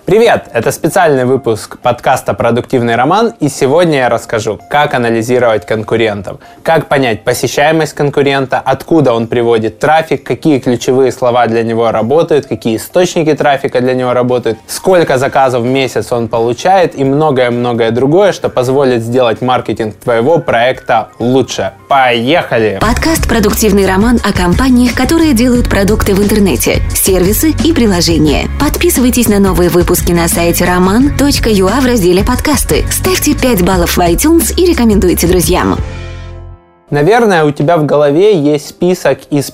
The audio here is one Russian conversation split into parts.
Привет! Это специальный выпуск подкаста «Продуктивный роман», и сегодня я расскажу, как анализировать конкурентов, как понять посещаемость конкурента, откуда он приводит трафик, какие ключевые слова для него работают, какие источники трафика для него работают, сколько заказов в месяц он получает и многое-многое другое, что позволит сделать маркетинг твоего проекта лучше. Поехали! Подкаст «Продуктивный роман» о компаниях, которые делают продукты в интернете, сервисы и приложения. Подписывайтесь на новые выпуски на сайте roman.ua в разделе «Подкасты». Ставьте 5 баллов в iTunes и рекомендуйте друзьям. Наверное, у тебя в голове есть список из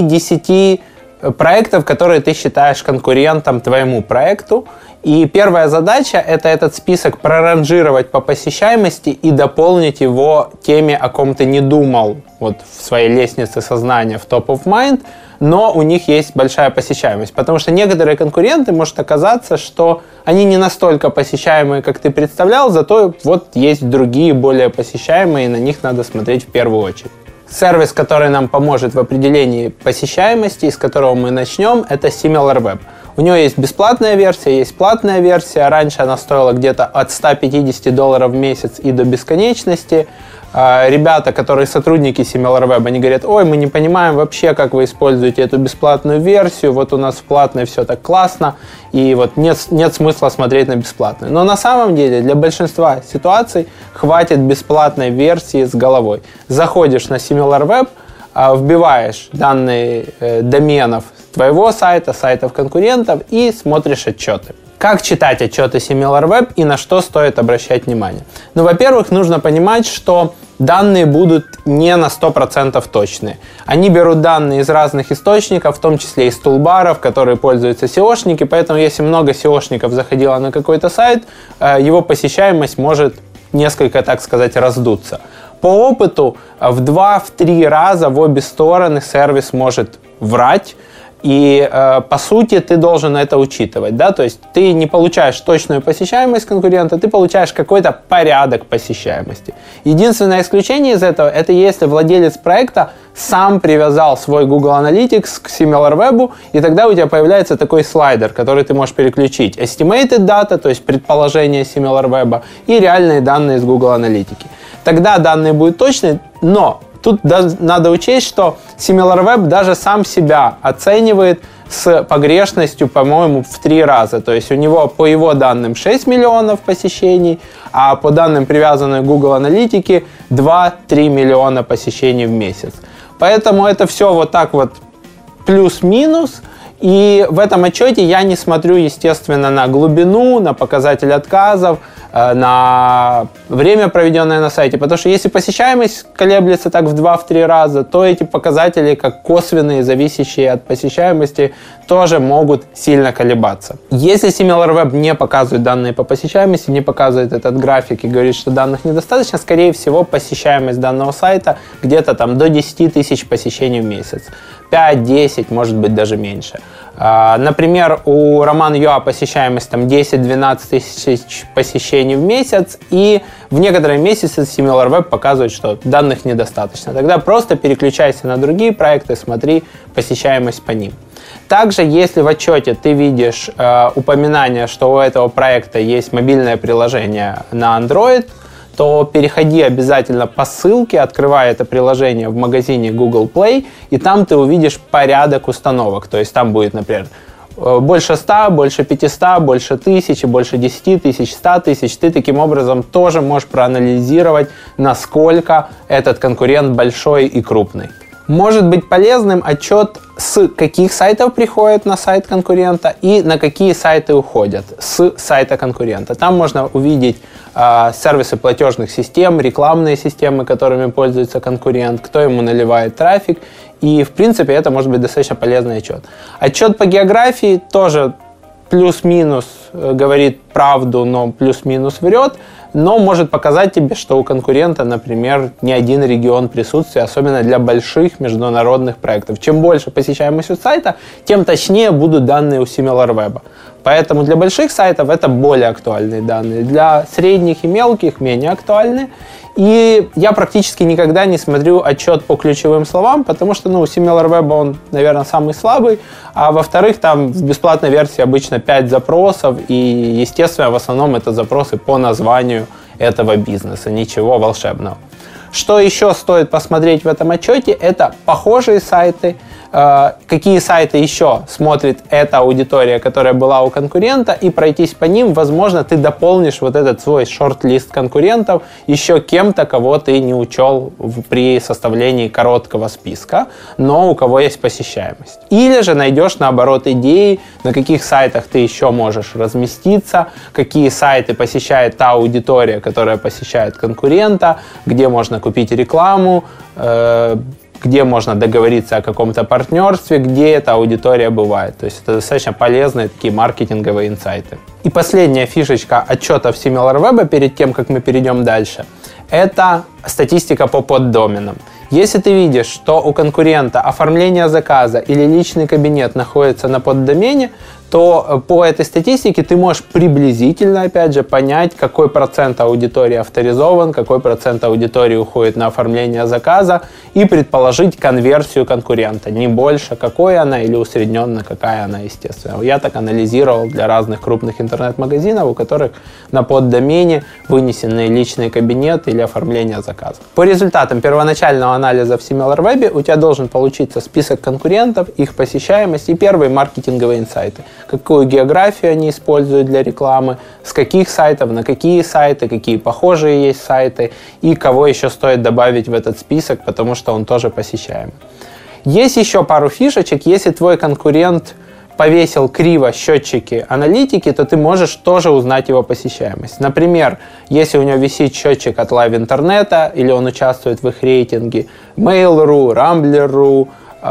5-10 проектов, которые ты считаешь конкурентом твоему проекту. И первая задача – это этот список проранжировать по посещаемости и дополнить его теми, о ком ты не думал вот в своей лестнице сознания в top of mind, но у них есть большая посещаемость. Потому что некоторые конкуренты, может оказаться, что они не настолько посещаемые, как ты представлял, зато вот есть другие, более посещаемые, и на них надо смотреть в первую очередь. Сервис, который нам поможет в определении посещаемости, с которого мы начнем, это SimilarWeb. У него есть бесплатная версия, есть платная версия. Раньше она стоила где-то от $150 в месяц и до бесконечности. Ребята, которые сотрудники SimilarWeb, они говорят: ой, мы не понимаем вообще, как вы используете эту бесплатную версию, вот у нас в платной все так классно, и вот нет смысла смотреть на бесплатную. Но на самом деле для большинства ситуаций хватит бесплатной версии с головой. Заходишь на SimilarWeb, вбиваешь данные доменов твоего сайта, сайтов конкурентов и смотришь отчеты. Как читать отчеты SimilarWeb и на что стоит обращать внимание? Ну, во-первых, нужно понимать, что данные будут не на 100% точные. Они берут данные из разных источников, в том числе из тулбаров, которые пользуются SEOшники, поэтому если много SEOшников заходило на какой-то сайт, его посещаемость может несколько, так сказать, раздуться. По опыту в 2-3 раза в обе стороны сервис может врать. И, по сути, ты должен это учитывать, да, то есть ты не получаешь точную посещаемость конкурента, ты получаешь какой-то порядок посещаемости. Единственное исключение из этого, это если владелец проекта сам привязал свой Google Analytics к SimilarWeb, и тогда у тебя появляется такой слайдер, который ты можешь переключить: Estimated Data, то есть предположение SimilarWeb, и реальные данные из Google Analytics. Тогда данные будут точные, но тут надо учесть, что SimilarWeb даже сам себя оценивает с погрешностью, по-моему, в 3 раза. То есть у него, по его данным, 6 миллионов посещений, а по данным, привязанным к Google Аналитике, 2-3 миллиона посещений в месяц. Поэтому это все вот так вот плюс-минус. И в этом отчете я не смотрю, естественно, на глубину, на показатель отказов, на время, проведенное на сайте. Потому что если посещаемость колеблется так в 2-3 раза, то эти показатели, как косвенные, зависящие от посещаемости, тоже могут сильно колебаться. Если SimilarWeb не показывает данные по посещаемости, не показывает этот график и говорит, что данных недостаточно, скорее всего, посещаемость данного сайта где-то там до 10 тысяч посещений в месяц. 5-10, может быть, даже меньше. Например, у Roman.ua посещаемость там 10-12 тысяч посещений в месяц, и в некоторые месяцы SimilarWeb показывает, что данных недостаточно. Тогда просто переключайся на другие проекты, смотри посещаемость по ним. Также, если в отчете ты видишь упоминание, что у этого проекта есть мобильное приложение на Android, то переходи обязательно по ссылке, открывай это приложение в магазине Google Play, и там ты увидишь порядок установок. То есть там будет, например, больше 100, больше 500, больше 1000, больше 10 тысяч, 100 тысяч. Ты таким образом тоже можешь проанализировать, насколько этот конкурент большой и крупный. Может быть полезным отчет, с каких сайтов приходят на сайт конкурента и на какие сайты уходят с сайта конкурента. Там можно увидеть сервисы платежных систем, рекламные системы, которыми пользуется конкурент, кто ему наливает трафик. И, в принципе, это может быть достаточно полезный отчет. Отчет по географии тоже плюс-минус говорит правду, но плюс-минус врет, но может показать тебе, что у конкурента, например, не один регион присутствия, особенно для больших международных проектов. Чем больше посещаемость у сайта, тем точнее будут данные у SimilarWeb. Поэтому для больших сайтов это более актуальные данные. Для средних и мелких менее актуальны. И я практически никогда не смотрю отчет по ключевым словам, потому что, у SimilarWeb он, наверное, самый слабый. А во-вторых, там в бесплатной версии обычно 5 запросов. И, естественно, в основном это запросы по названию этого бизнеса. Ничего волшебного. Что еще стоит посмотреть в этом отчете, это похожие сайты, какие сайты еще смотрит эта аудитория, которая была у конкурента, и пройтись по ним. Возможно, ты дополнишь вот этот свой шорт-лист конкурентов еще кем-то, кого ты не учел при составлении короткого списка, но у кого есть посещаемость. Или же найдешь, наоборот, идеи, на каких сайтах ты еще можешь разместиться, какие сайты посещает та аудитория, которая посещает конкурента, где можно купить рекламу, где можно договориться о каком-то партнерстве, где эта аудитория бывает. То есть это достаточно полезные такие маркетинговые инсайты. И последняя фишечка отчетов SimilarWeb перед тем, как мы перейдем дальше, это статистика по поддоменам. Если ты видишь, что у конкурента оформление заказа или личный кабинет находится на поддомене, то по этой статистике ты можешь приблизительно, опять же, понять, какой процент аудитории авторизован, какой процент аудитории уходит на оформление заказа и предположить конверсию конкурента. Не больше, какой она, или усредненно, какая она, естественно. Я так анализировал для разных крупных интернет-магазинов, у которых на поддомене вынесены личный кабинет или оформление заказа. По результатам первоначального анализа в SimilarWeb у тебя должен получиться список конкурентов, их посещаемость и первые маркетинговые инсайты. Какую географию они используют для рекламы, с каких сайтов, на какие сайты, какие похожие есть сайты и кого еще стоит добавить в этот список, потому что он тоже посещаемый. Есть еще пару фишечек. Если твой конкурент повесил криво счетчики аналитики, то ты можешь тоже узнать его посещаемость. Например, если у него висит счетчик от Live Интернета или он участвует в их рейтинге Mail.ru, Rambler.ru,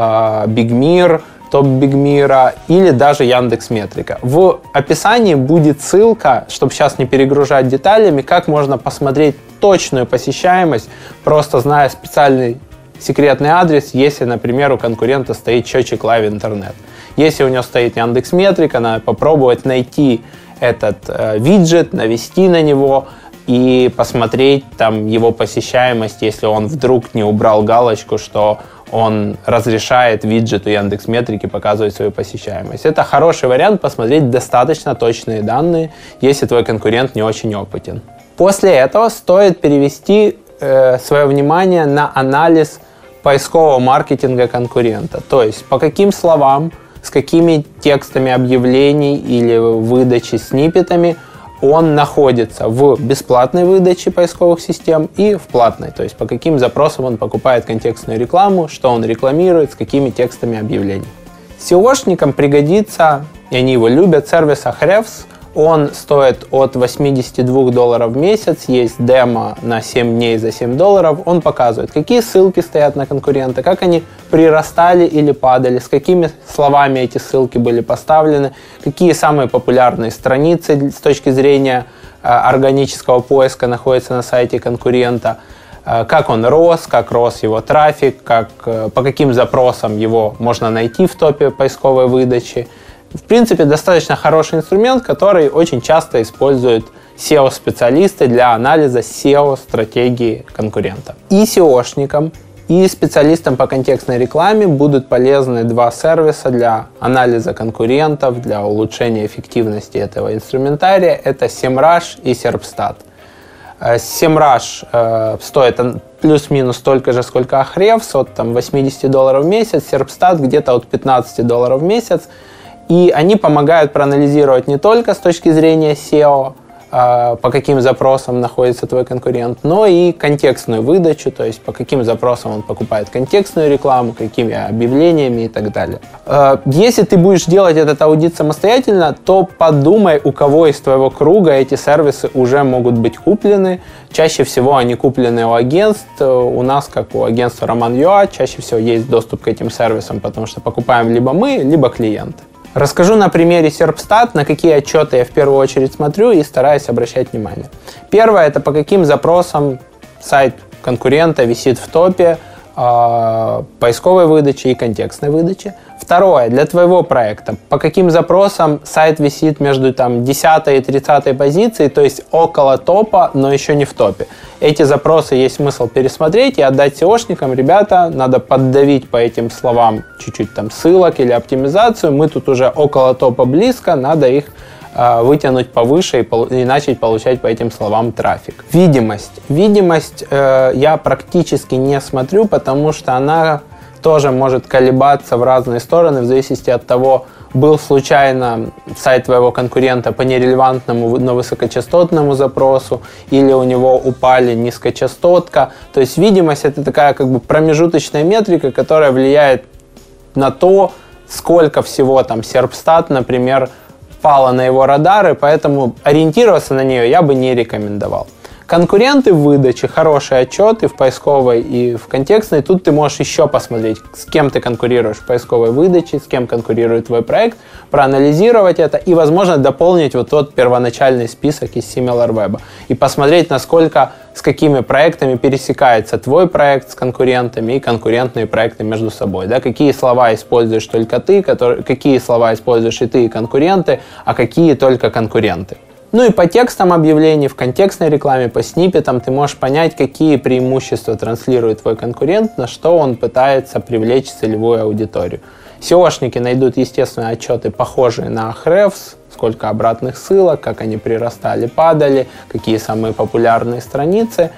Bigmir, Топ Бигмира или даже Яндекс.Метрика. В описании будет ссылка, чтобы сейчас не перегружать деталями, как можно посмотреть точную посещаемость, просто зная специальный секретный адрес, если, например, у конкурента стоит счетчик Live Интернет. Если у него стоит Яндекс.Метрика, надо попробовать найти этот виджет, навести на него и посмотреть там его посещаемость, если он вдруг не убрал галочку, что он разрешает виджету Яндекс.Метрики показывать свою посещаемость. Это хороший вариант посмотреть достаточно точные данные, если твой конкурент не очень опытен. После этого стоит перевести свое внимание на анализ поискового маркетинга конкурента. То есть по каким словам, с какими текстами объявлений или выдачи сниппетами он находится в бесплатной выдаче поисковых систем и в платной. То есть по каким запросам он покупает контекстную рекламу, что он рекламирует, с какими текстами объявлений. SEOшникам пригодится, и они его любят, сервис Ahrefs. Он стоит от $82 в месяц, есть демо на 7 дней за $7. Он показывает, какие ссылки стоят на конкурента, как они прирастали или падали, с какими словами эти ссылки были поставлены, какие самые популярные страницы с точки зрения органического поиска находятся на сайте конкурента, как он рос, как рос его трафик, по каким запросам его можно найти в топе поисковой выдачи. В принципе, достаточно хороший инструмент, который очень часто используют SEO-специалисты для анализа SEO-стратегии конкурента. И SEOшникам, и специалистам по контекстной рекламе будут полезны два сервиса для анализа конкурентов, для улучшения эффективности этого инструментария. Это SEMrush и SERPstat. SEMrush стоит плюс-минус столько же, сколько Ahrefs, от $80 в месяц, SERPstat где-то от $15 в месяц. И они помогают проанализировать не только с точки зрения SEO, по каким запросам находится твой конкурент, но и контекстную выдачу, то есть по каким запросам он покупает контекстную рекламу, какими объявлениями и так далее. Если ты будешь делать этот аудит самостоятельно, то подумай, у кого из твоего круга эти сервисы уже могут быть куплены. Чаще всего они куплены у агентств. У нас, как у агентства Roman.ua, чаще всего есть доступ к этим сервисам, потому что покупаем либо мы, либо клиенты. Расскажу на примере SERPstat, на какие отчеты я в первую очередь смотрю и стараюсь обращать внимание. Первое – это по каким запросам сайт конкурента висит в топе поисковой выдачи и контекстной выдачи. Второе, для твоего проекта, по каким запросам сайт висит между 10 и 30 позицией, то есть около топа, но еще не в топе. Эти запросы есть смысл пересмотреть и отдать SEOшникам: ребята, надо поддавить по этим словам чуть-чуть ссылок или оптимизацию, мы тут уже около топа близко, надо их вытянуть повыше и начать получать по этим словам трафик. Видимость. Видимость я практически не смотрю, потому что она тоже может колебаться в разные стороны, в зависимости от того, был случайно сайт твоего конкурента по нерелевантному, но высокочастотному запросу, или у него упали низкочастотка. То есть видимость — это такая промежуточная метрика, которая влияет на то, сколько всего Serpstat, например, пало на его радары, поэтому ориентироваться на нее я бы не рекомендовал. Конкуренты в выдаче, хорошие отчеты в поисковой и в контекстной. Тут ты можешь еще посмотреть, с кем ты конкурируешь в поисковой выдаче, с кем конкурирует твой проект, проанализировать это и, возможно, дополнить тот первоначальный список из SimilarWeb и посмотреть, насколько, с какими проектами пересекается твой проект с конкурентами и конкурентные проекты между собой. Да? Какие слова используешь только ты, какие слова используешь и ты, и конкуренты, а какие только конкуренты. Ну и по текстам объявлений, в контекстной рекламе, по сниппетам ты можешь понять, какие преимущества транслирует твой конкурент, на что он пытается привлечь целевую аудиторию. SEOшники найдут, естественно, отчеты, похожие на Ahrefs, сколько обратных ссылок, как они прирастали, падали, какие самые популярные страницы.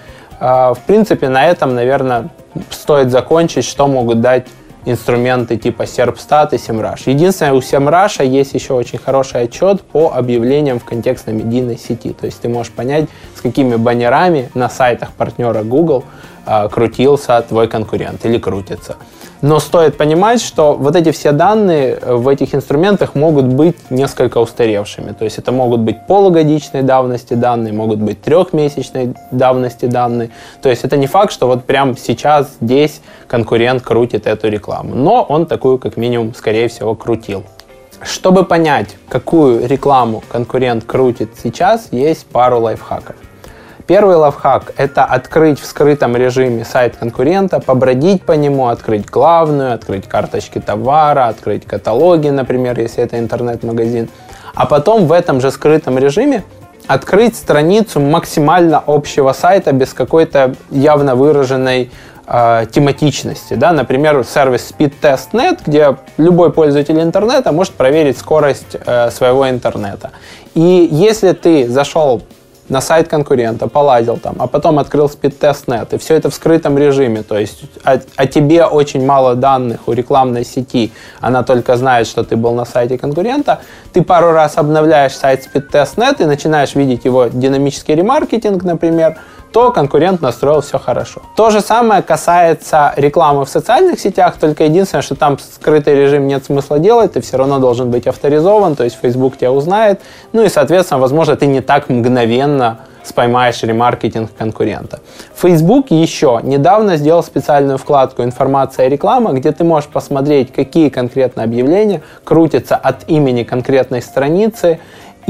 В принципе, на этом, наверное, стоит закончить, что могут дать инструменты типа Serpstat и SEMrush. Единственное, у SEMrush есть еще очень хороший отчет по объявлениям в контекстно-медийной сети. То есть ты можешь понять, с какими баннерами на сайтах партнера Google крутился твой конкурент или крутится. Но стоит понимать, что эти все данные в этих инструментах могут быть несколько устаревшими. То есть это могут быть полугодичной давности данные, могут быть трехмесячной давности данные. То есть это не факт, что прямо сейчас здесь конкурент крутит эту рекламу. Но он такую, как минимум, скорее всего, крутил. Чтобы понять, какую рекламу конкурент крутит сейчас, есть пару лайфхаков. Первый лайфхак – это открыть в скрытом режиме сайт конкурента, побродить по нему, открыть главную, открыть карточки товара, открыть каталоги, например, если это интернет-магазин. А потом в этом же скрытом режиме открыть страницу максимально общего сайта без какой-то явно выраженной тематичности. Да? Например, сервис SpeedTest.net, где любой пользователь интернета может проверить скорость своего интернета. И если ты зашел на сайт конкурента, поладил а потом открыл SpeedTest.net, и все это в скрытом режиме, то есть о тебе очень мало данных у рекламной сети, она только знает, что ты был на сайте конкурента, ты пару раз обновляешь сайт SpeedTest.net и начинаешь видеть его динамический ремаркетинг, например, то конкурент настроил все хорошо. То же самое касается рекламы в социальных сетях, только единственное, что там скрытый режим нет смысла делать, ты все равно должен быть авторизован, то есть Facebook тебя узнает, ну и, соответственно, возможно, ты не так мгновенно споймаешь ремаркетинг конкурента. Facebook еще недавно сделал специальную вкладку «Информация и реклама», где ты можешь посмотреть, какие конкретно объявления крутятся от имени конкретной страницы,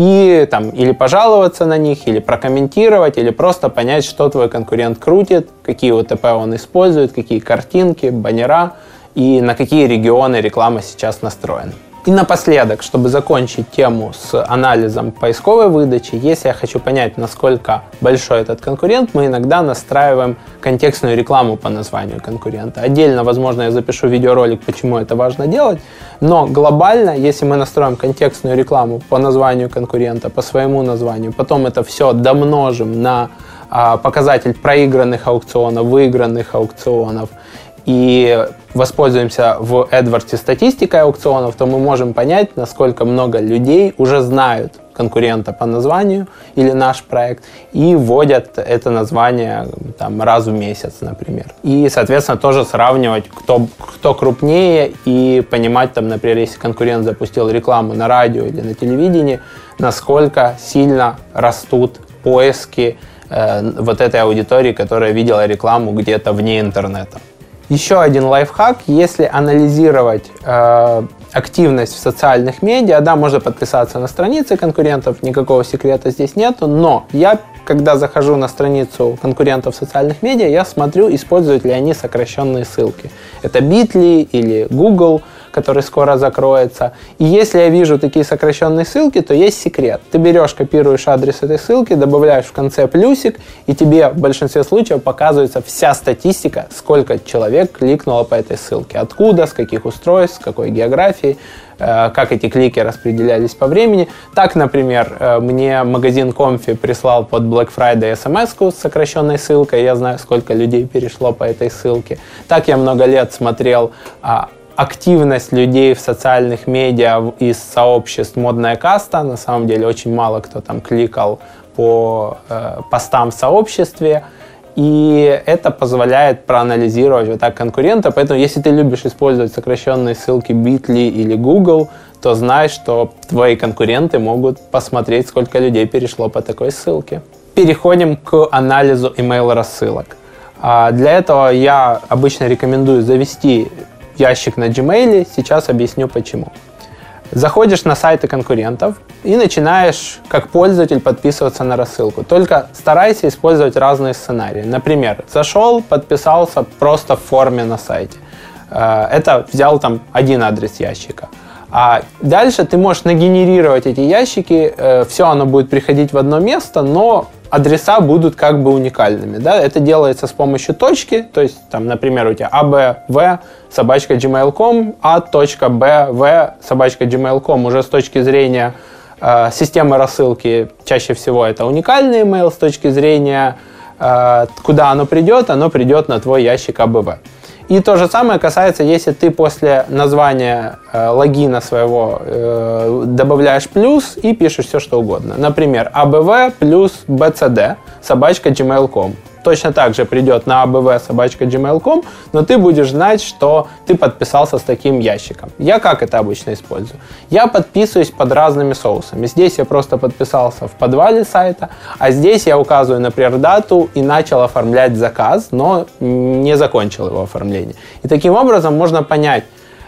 и или пожаловаться на них, или прокомментировать, или просто понять, что твой конкурент крутит, какие ОТП он использует, какие картинки, баннера и на какие регионы реклама сейчас настроена. И напоследок, чтобы закончить тему с анализом поисковой выдачи, если я хочу понять, насколько большой этот конкурент, мы иногда настраиваем контекстную рекламу по названию конкурента. Отдельно, возможно, я запишу видеоролик, почему это важно делать, но глобально, если мы настроим контекстную рекламу по названию конкурента, по своему названию, потом это все домножим на показатель проигранных аукционов, выигранных аукционов, и воспользуемся в AdWords статистикой аукционов, то мы можем понять, насколько много людей уже знают конкурента по названию или наш проект и вводят это название раз в месяц, например. И, соответственно, тоже сравнивать, кто крупнее, и понимать, например, если конкурент запустил рекламу на радио или на телевидении, насколько сильно растут поиски этой аудитории, которая видела рекламу где-то вне интернета. Еще один лайфхак, если анализировать активность в социальных медиа, да, можно подписаться на страницы конкурентов, никакого секрета здесь нету, но я, когда захожу на страницу конкурентов в социальных медиа, я смотрю, используют ли они сокращенные ссылки. Это Bitly или Google, который скоро закроется. И если я вижу такие сокращенные ссылки, то есть секрет. Ты берешь, копируешь адрес этой ссылки, добавляешь в конце плюсик, и тебе в большинстве случаев показывается вся статистика, сколько человек кликнуло по этой ссылке. Откуда, с каких устройств, с какой географии, как эти клики распределялись по времени. Так, например, мне магазин Comfy прислал под Black Friday смс-ку с сокращенной ссылкой, я знаю, сколько людей перешло по этой ссылке. Так я много лет смотрел активность людей в социальных медиа из сообществ «Модная каста». На самом деле очень мало кто там кликал по постам в сообществе. И это позволяет проанализировать вот так конкурента. Поэтому, если ты любишь использовать сокращенные ссылки Bitly или Google, то знай, что твои конкуренты могут посмотреть, сколько людей перешло по такой ссылке. Переходим к анализу email-рассылок. Для этого я обычно рекомендую завести ящик на Gmail. Сейчас объясню почему. Заходишь на сайты конкурентов и начинаешь как пользователь подписываться на рассылку. Только старайся использовать разные сценарии. Например, зашел, подписался просто в форме на сайте. Это взял там один адрес ящика. А дальше ты можешь нагенерировать эти ящики, все оно будет приходить в одно место, но адреса будут как бы уникальными. Да? Это делается с помощью точки, то есть, там, например, у тебя abv@gmail.com, a.bv@gmail.com. Уже с точки зрения системы рассылки чаще всего это уникальный email, с точки зрения куда оно придет на твой ящик abv. И то же самое касается, если ты после названия логина своего добавляешь плюс и пишешь все, что угодно. Например, abv плюс bcd@gmail.com. Точно так же придет на abv@gmail.com, но ты будешь знать, что ты подписался с таким ящиком. Я как это обычно использую? Я подписываюсь под разными соусами. Здесь я просто подписался в подвале сайта, а здесь я указываю, например, дату и начал оформлять заказ, но не закончил его оформление. И таким образом можно понять,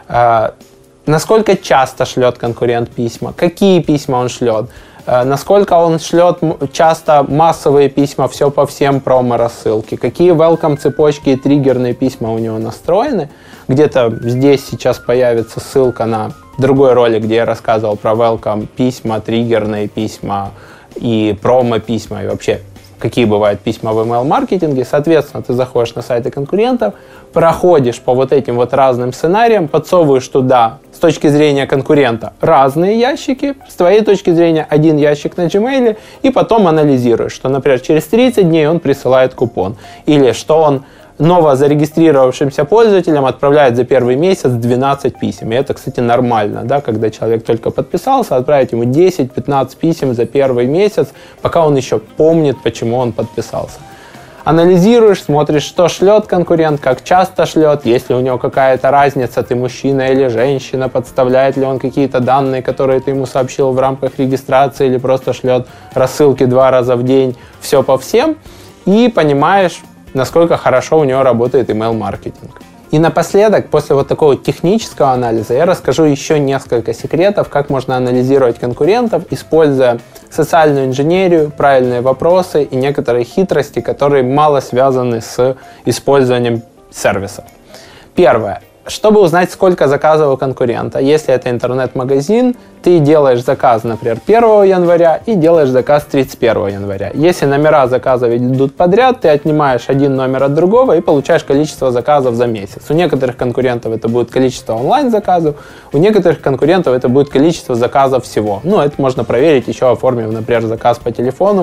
насколько часто шлет конкурент письма, какие письма он шлет, насколько он шлет часто массовые письма, все по всем промо-рассылки, какие welcome-цепочки и триггерные письма у него настроены. Где-то здесь сейчас появится ссылка на другой ролик, где я рассказывал про welcome письма, триггерные письма и промо-письма, и вообще какие бывают письма в email-маркетинге. Соответственно, ты заходишь на сайты конкурентов, проходишь по вот этим вот разным сценариям, подсовываешь туда с точки зрения конкурента разные ящики, с твоей точки зрения один ящик на Gmail, и потом анализируешь, что, например, через 30 дней он присылает купон, или что он новозарегистрировавшимся пользователям отправляет за первый месяц 12 писем. И это, кстати, нормально, да, когда человек только подписался, отправить ему 10-15 писем за первый месяц, пока он еще помнит, почему он подписался. Анализируешь, смотришь, что шлет конкурент, как часто шлет, есть ли у него какая-то разница, ты мужчина или женщина, подставляет ли он какие-то данные, которые ты ему сообщил в рамках регистрации, или просто шлет рассылки 2 раза в день, все по всем, и понимаешь, насколько хорошо у него работает email-маркетинг. И напоследок, после вот такого технического анализа, я расскажу еще несколько секретов, как можно анализировать конкурентов, используя социальную инженерию, правильные вопросы и некоторые хитрости, которые мало связаны с использованием сервисов. Первое. Чтобы узнать, сколько заказов у конкурента, если это интернет-магазин, ты делаешь заказ, например, 1 января и делаешь заказ 31 января. Если номера заказов идут подряд, ты отнимаешь один номер от другого и получаешь количество заказов за месяц. У некоторых конкурентов это будет количество онлайн-заказов, у некоторых конкурентов это будет количество заказов всего. Ну, это можно проверить, еще оформив, например, заказ по телефону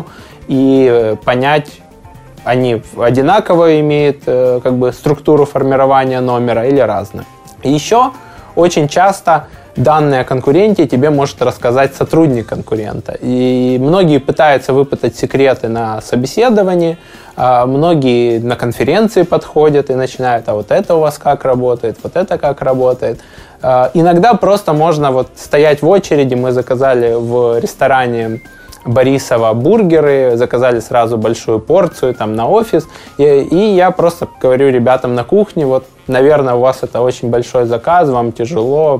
и понять, они одинаково имеют как бы структуру формирования номера или разные. Еще очень часто данные о конкуренте тебе может рассказать сотрудник конкурента. И многие пытаются выпытать секреты на собеседовании, многие на конференции подходят и начинают, а вот это у вас как работает, вот это как работает. Иногда просто можно вот стоять в очереди, мы заказали в ресторане Борисова бургеры, заказали сразу большую порцию там на офис, и я просто говорю ребятам на кухне, вот, наверное, у вас это очень большой заказ, вам тяжело,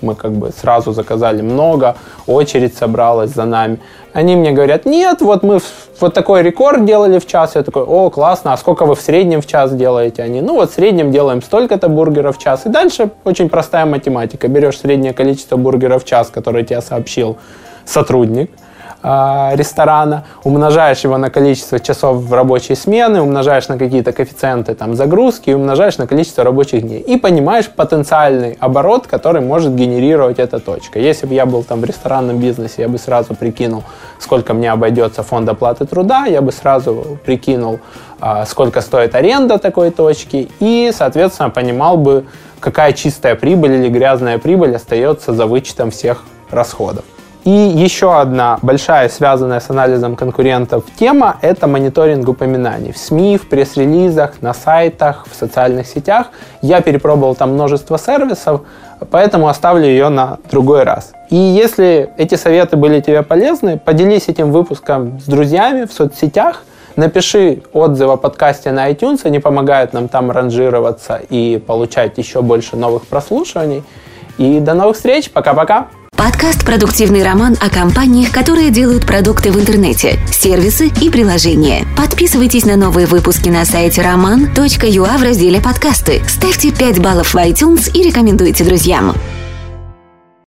мы как бы сразу заказали много, очередь собралась за нами. Они мне говорят, нет, вот мы вот такой рекорд делали в час. Я такой, о, классно, а сколько вы в среднем в час делаете? Они, ну вот в среднем делаем столько-то бургеров в час. И дальше очень простая математика. Берешь среднее количество бургеров в час, которое тебе сообщил сотрудник ресторана, умножаешь его на количество часов в рабочей смены, умножаешь на какие-то коэффициенты там, загрузки и умножаешь на количество рабочих дней. И понимаешь потенциальный оборот, который может генерировать эта точка. Если бы я был там в ресторанном бизнесе, я бы сразу прикинул, сколько мне обойдется фонд оплаты труда, я бы сразу прикинул, сколько стоит аренда такой точки и, соответственно, понимал бы, какая чистая прибыль или грязная прибыль остается за вычетом всех расходов. И еще одна большая, связанная с анализом конкурентов тема – это мониторинг упоминаний в СМИ, в пресс-релизах, на сайтах, в социальных сетях. Я перепробовал там множество сервисов, поэтому оставлю ее на другой раз. И если эти советы были тебе полезны, поделись этим выпуском с друзьями в соцсетях, напиши отзыв о подкасте на iTunes, они помогают нам там ранжироваться и получать еще больше новых прослушиваний. И до новых встреч, пока-пока! Подкаст «Продуктивный роман» о компаниях, которые делают продукты в интернете, сервисы и приложения. Подписывайтесь на новые выпуски на сайте roman.ua в разделе «Подкасты». Ставьте 5 баллов в iTunes и рекомендуйте друзьям.